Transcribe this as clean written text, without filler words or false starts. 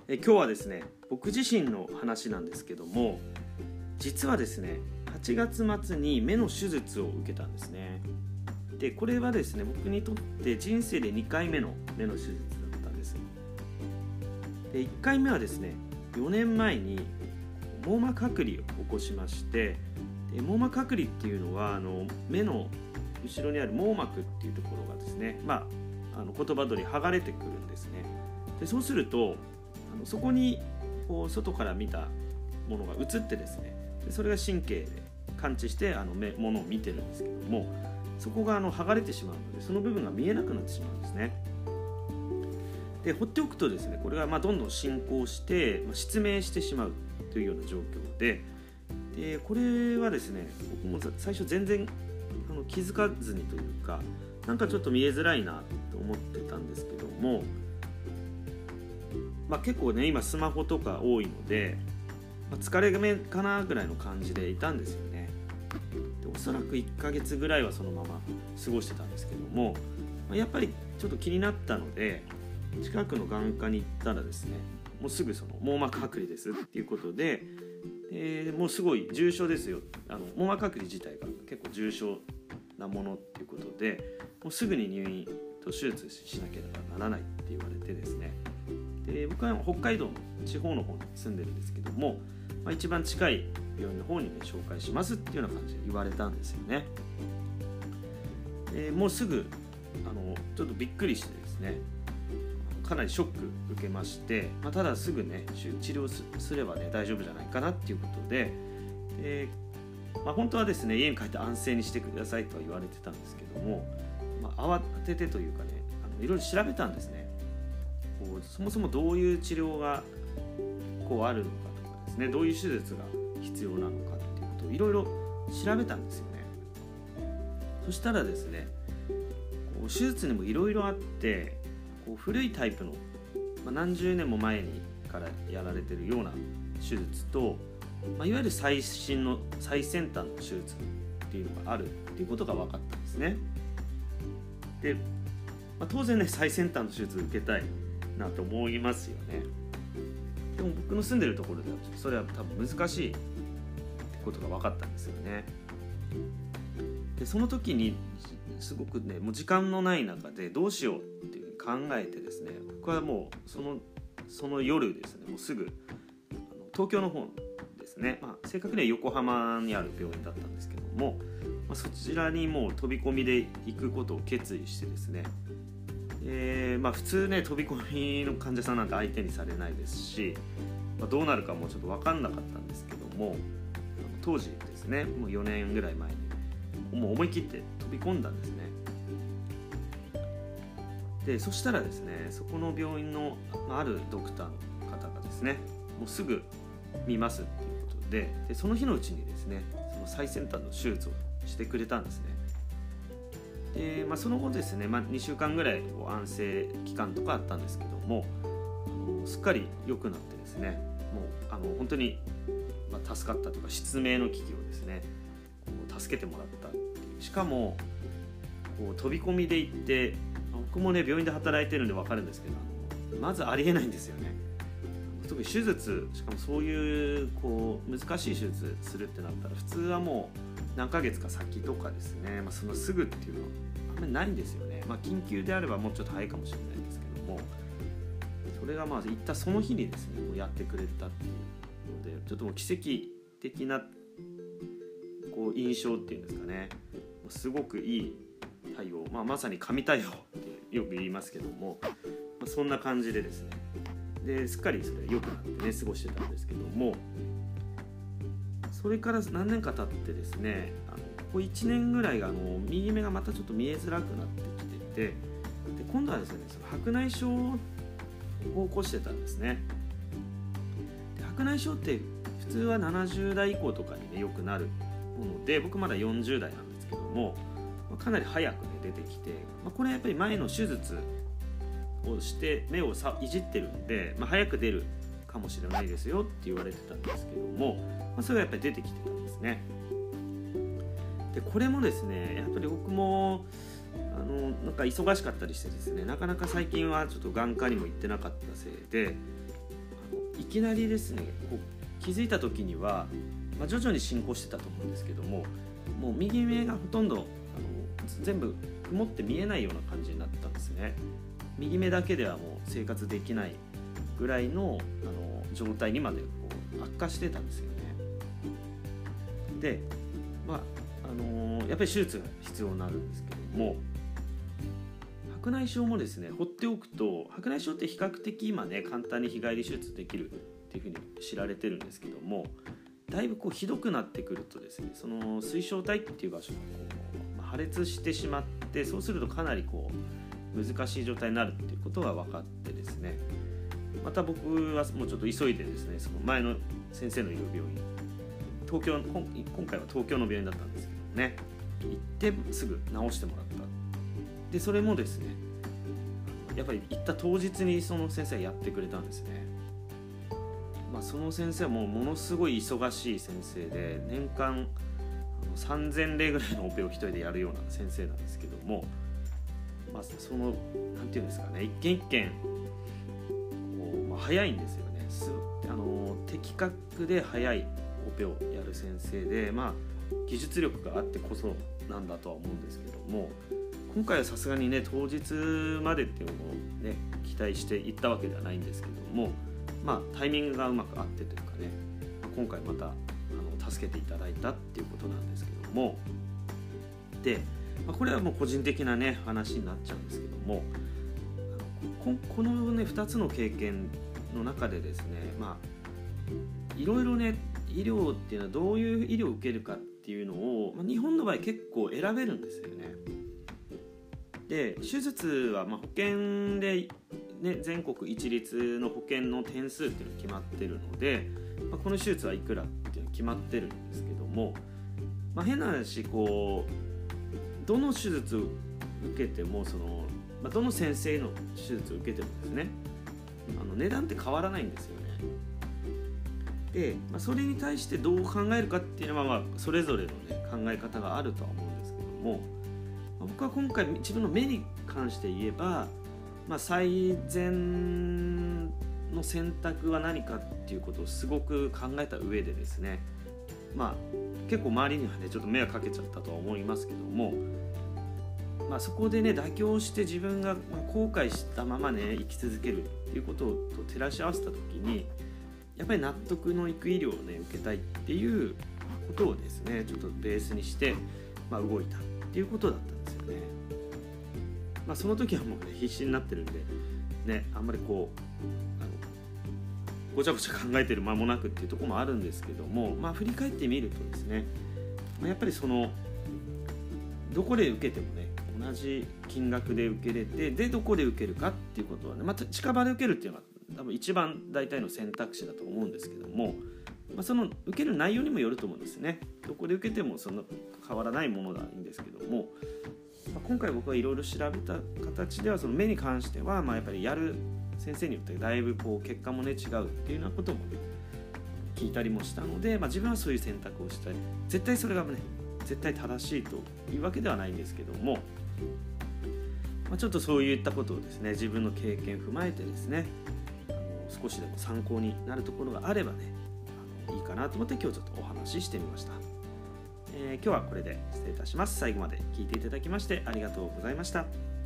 今日はですね、僕自身の話なんですけども、実はですね、8月末に目の手術を受けたんですね。で、これはですね、僕にとって人生で2回目の目の手術だったんです。で、1回目はですね、4年前に網膜剥離を起こしまして、で網膜剥離っていうのは目の後ろにある網膜っていうところがですね、言葉通り剥がれてくるんですね。で、そうするとそこにこう外から見たものが映ってですね、でそれが神経で感知してものを見てるんですけども、そこが剥がれてしまうので、その部分が見えなくなってしまうんですね。で、放っておくとですね、これがどんどん進行して、失明してしまうというような状況で、これはですね、僕も最初全然気づかずにというか、なんかちょっと見えづらいなと思ってたんですけども、結構ね、今スマホとか多いので、疲れ目かなぐらいの感じでいたんですよね。で、おそらく1ヶ月ぐらいはそのまま過ごしてたんですけども、やっぱりちょっと気になったので、近くの眼科に行ったらですね、もうすぐその網膜剥離ですっていうことで、もうすごい重症ですよ、網膜剥離自体が結構重症なものっていうことで、もうすぐに入院と手術しなければならないって言われてですね、で、僕は北海道の地方の方に住んでるんですけども、一番近い病院の方に、紹介しますっていうような感じで言われたんですよね。もうすぐちょっとびっくりしてですね、かなりショック受けまして、ただすぐね治療すればね大丈夫じゃないかなっていうことで、本当はですね、家に帰って安静にしてくださいとは言われてたんですけども、慌ててというかね、いろいろ調べたんですね。そもそもどういう治療があるのかとかですね、どういう手術が必要なのかっていうことをいろいろ調べたんですよね。そしたらですね、手術にもいろいろあって、古いタイプの、何十年も前にからやられてるような手術と、いわゆる最先端の手術っていうのがあるっていうことが分かったんですね。で、当然ね、最先端の手術を受けたいなと思いますよね。でも僕の住んでるところではそれは多分難しいってことが分かったんですよね。で、その時にすごくね、もう時間のない中でどうしようっていうふうに考えてですね、僕はもうその夜ですね、もうすぐ東京の方ですね、正確には横浜にある病院だったんですけども、そちらにもう飛び込みで行くことを決意してですね、普通ね、飛び込みの患者さんなんて相手にされないですし、どうなるかもちょっと分かんなかったんですけども、当時ですね、もう4年ぐらい前にもう思い切って飛び込んだんですね。で、そしたらですね、そこの病院のあるドクターの方がですね、もうすぐ見ますっていうことで、その日のうちにですね、その最先端の手術をしてくれたんですね。で、その後ですね、2週間ぐらい安静期間とかあったんですけども、すっかり良くなってですね、もう本当に、助かったとか、失明の危機をですね助けてもらったっていう。しかも飛び込みで行って、僕もね病院で働いてるんで分かるんですけど、まずありえないんですよね。特に手術、しかもそういう難しい手術するってなったら、普通はもう何ヶ月か先とかですね、そのすぐっていうのはあんまりないんですよね。緊急であればもうちょっと早いかもしれないんですけども、それが行ったその日にですね、もうやってくれたっていうので、ちょっともう奇跡的な印象っていうんですかね、すごくいい対応、まさに神対応ってよく言いますけども、そんな感じでですね、ですっかりそれ良くなってね過ごしてたんですけども、それから何年か経ってですね、ここ1年ぐらいが右目がまたちょっと見えづらくなってきてて、で今度はですね、その白内障を起こしてたんですね。で、白内障って普通は70代以降とかにねよくなるもので、僕まだ40代なんですけども、かなり早くね出てきて、これやっぱり前の手術をして目をいじってるんで、早く出るかもしれないですよって言われてたんですけども、それがやっぱり出てきてたんですね。で、これもですね、やっぱり僕もなんか忙しかったりしてですね、なかなか最近はちょっと眼科にも行ってなかったせいで、 いきなりですねこう気づいた時には、徐々に進行してたと思うんですけども、もう右目がほとんど全部曇って見えないような感じになったんですね。右目だけではもう生活できないぐらいの状態にまでこう悪化してたんですよね。で、やっぱり手術が必要になるんですけども、白内障もですね放っておくと、白内障って比較的今ね簡単に日帰り手術できるっていうふうに知られてるんですけども、だいぶこうひどくなってくるとですね、その水晶体っていう場所がこう、破裂してしまって、そうするとかなりこう難しい状態になるっていうことが分かってですね、また僕はもうちょっと急いでですね、その前の先生のいる病院、今回は東京の病院だったんですけどね、行ってすぐ治してもらった。でそれもですねやっぱり行った当日にその先生がやってくれたんですね。その先生はものすごい忙しい先生で、年間3000例ぐらいのオペを一人でやるような先生なんですけども、そのなんていうんですかね、一件一件こう、早いんですよね。的確で早いオペをやる先生で、技術力があってこそなんだとは思うんですけども、今回はさすがにね当日までっていうのをね期待していったわけではないんですけども、タイミングがうまく合ってというかね、今回また助けていただいたっていうことなんですけども、で、これはもう個人的なね話になっちゃうんですけども、このね2つの経験の中でですね、いろいろね医療っていうのはどういう医療を受けるかっていうのを、日本の場合結構選べるんですよね。で手術は保険で、全国一律の保険の点数っていうのが決まってるので、この手術はいくらっていうのが決まってるんですけども、変な話こうどの手術を受けてもどの先生の手術を受けてもですね値段って変わらないんですよね。で、それに対してどう考えるかっていうのは、それぞれの、考え方があるとは思うんですけども、僕は今回自分の目に関して言えば、最善の選択は何かっていうことをすごく考えた上でですね、結構周りにはねちょっと迷惑かけちゃったとは思いますけども、そこでね妥協して自分が後悔したままね生き続けるっていうことと照らし合わせた時に、やっぱり納得のいく医療をね受けたいっていうことをですねちょっとベースにして、動いたっていうことだったんですよね。その時はもうね必死になってるんでね、あんまりこうごちゃごちゃ考えてる間もなくっていうところもあるんですけども、振り返ってみるとですね、やっぱりどこで受けてもね同じ金額で受けれて、でどこで受けるかっていうことはね、近場で受けるっていうのは多分一番大体の選択肢だと思うんですけども、その受ける内容にもよると思うんですね。どこで受けても変わらないものがいいんですけども、今回僕がいろいろ調べた形ではその目に関しては、やっぱりやる先生によってだいぶこう結果もね違うっていうようなことも、聞いたりもしたので、自分はそういう選択をしたり、絶対それがね絶対正しいというわけではないんですけども、ちょっとそういったことをですね自分の経験を踏まえてですね少しでも参考になるところがあればねいいかなと思って今日ちょっとお話ししてみました。今日はこれで失礼いたします。最後まで聞いていただきましてありがとうございました。